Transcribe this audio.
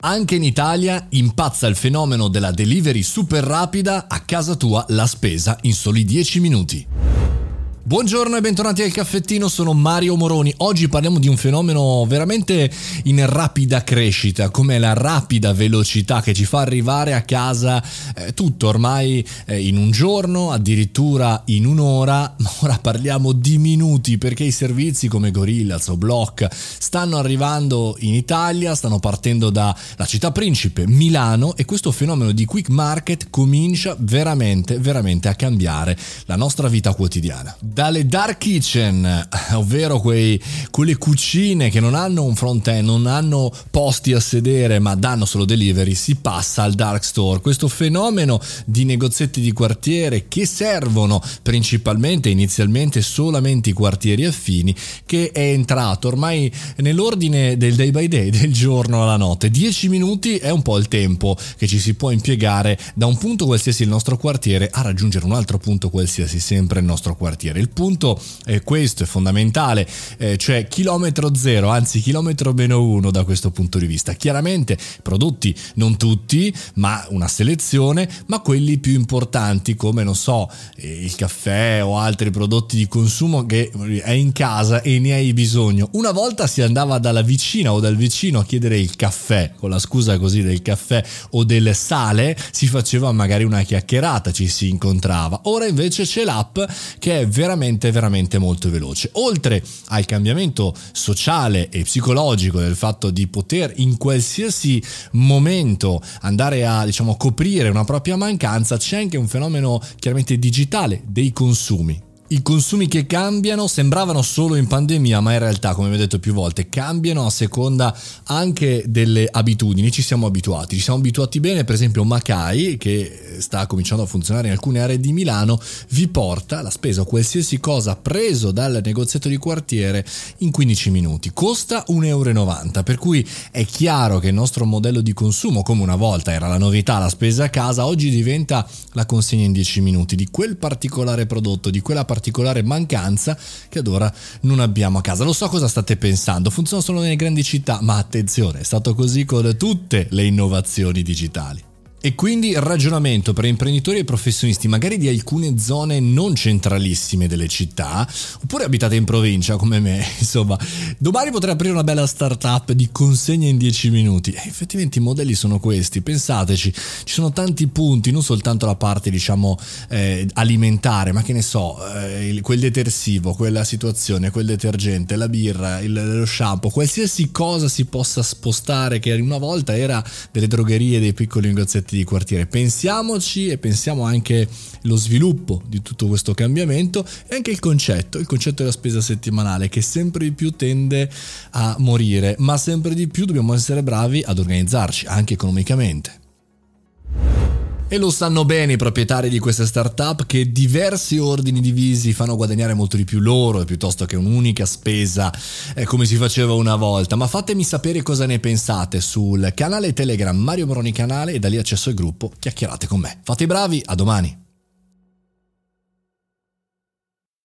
Anche in Italia impazza il fenomeno della delivery super rapida, a casa tua la spesa in soli 10 minuti. Buongiorno e bentornati al caffettino, sono Mario Moroni. Oggi parliamo di un fenomeno veramente in rapida crescita, come la rapida velocità che ci fa arrivare a casa tutto ormai in un giorno, addirittura in un'ora, ma ora parliamo di minuti perché i servizi come Gorillaz o Block stanno arrivando in Italia, stanno partendo dalla città principe, Milano, e questo fenomeno di quick market comincia veramente a cambiare la nostra vita quotidiana. Dalle dark kitchen, ovvero quelle cucine che non hanno un front-end, non hanno posti a sedere ma danno solo delivery, si passa al dark store, questo fenomeno di negozietti di quartiere che servono principalmente, inizialmente solamente i quartieri affini, che è entrato ormai nell'ordine del day by day, del giorno alla notte. 10 minuti è un po' il tempo che ci si può impiegare da un punto qualsiasi del nostro quartiere a raggiungere un altro punto qualsiasi sempre il nostro quartiere. Il punto è questo, è fondamentale, cioè chilometro zero, anzi chilometro meno uno da questo punto di vista. Chiaramente prodotti non tutti, ma una selezione, ma quelli più importanti come non so il caffè o altri prodotti di consumo che è in casa e ne hai bisogno. Una volta si andava dalla vicina o dal vicino a chiedere il caffè, con la scusa così del caffè o del sale, si faceva magari una chiacchierata, ci si incontrava. Ora invece c'è l'app che è veramente molto veloce. Oltre al cambiamento sociale e psicologico del fatto di poter in qualsiasi momento andare a coprire una propria mancanza, c'è anche un fenomeno chiaramente digitale dei consumi. I consumi che cambiano sembravano solo in pandemia, ma in realtà, come vi ho detto più volte, cambiano a seconda anche delle abitudini. Ci siamo abituati bene. Per esempio Macai, che sta cominciando a funzionare in alcune aree di Milano, vi porta la spesa o qualsiasi cosa preso dal negozietto di quartiere in 15 minuti. Costa 1,90 €, per cui è chiaro che il nostro modello di consumo, come una volta era la novità, la spesa a casa, oggi diventa la consegna in 10 minuti di quel particolare prodotto, di quella particolare mancanza che ad ora non abbiamo a casa. Lo so cosa state pensando, funziona solo nelle grandi città, ma attenzione, è stato così con tutte le innovazioni digitali. E quindi ragionamento per imprenditori e professionisti magari di alcune zone non centralissime delle città, oppure abitate in provincia come me, insomma, domani potrei aprire una bella startup di consegna in 10 minuti. E effettivamente i modelli sono questi, pensateci, ci sono tanti punti, non soltanto la parte alimentare, ma che ne so, quel detersivo, quella situazione, quel detergente, la birra, lo shampoo, qualsiasi cosa si possa spostare che una volta era delle drogherie, dei piccoli negozietti di quartiere. Pensiamoci e pensiamo anche lo sviluppo di tutto questo cambiamento e anche il concetto della spesa settimanale che sempre di più tende a morire, ma sempre di più dobbiamo essere bravi ad organizzarci anche economicamente. E lo sanno bene i proprietari di queste startup che diversi ordini divisi fanno guadagnare molto di più loro piuttosto che un'unica spesa come si faceva una volta. Ma fatemi sapere cosa ne pensate sul canale Telegram Mario Moroni Canale e da lì accesso al gruppo Chiacchierate con me. Fate i bravi, a domani!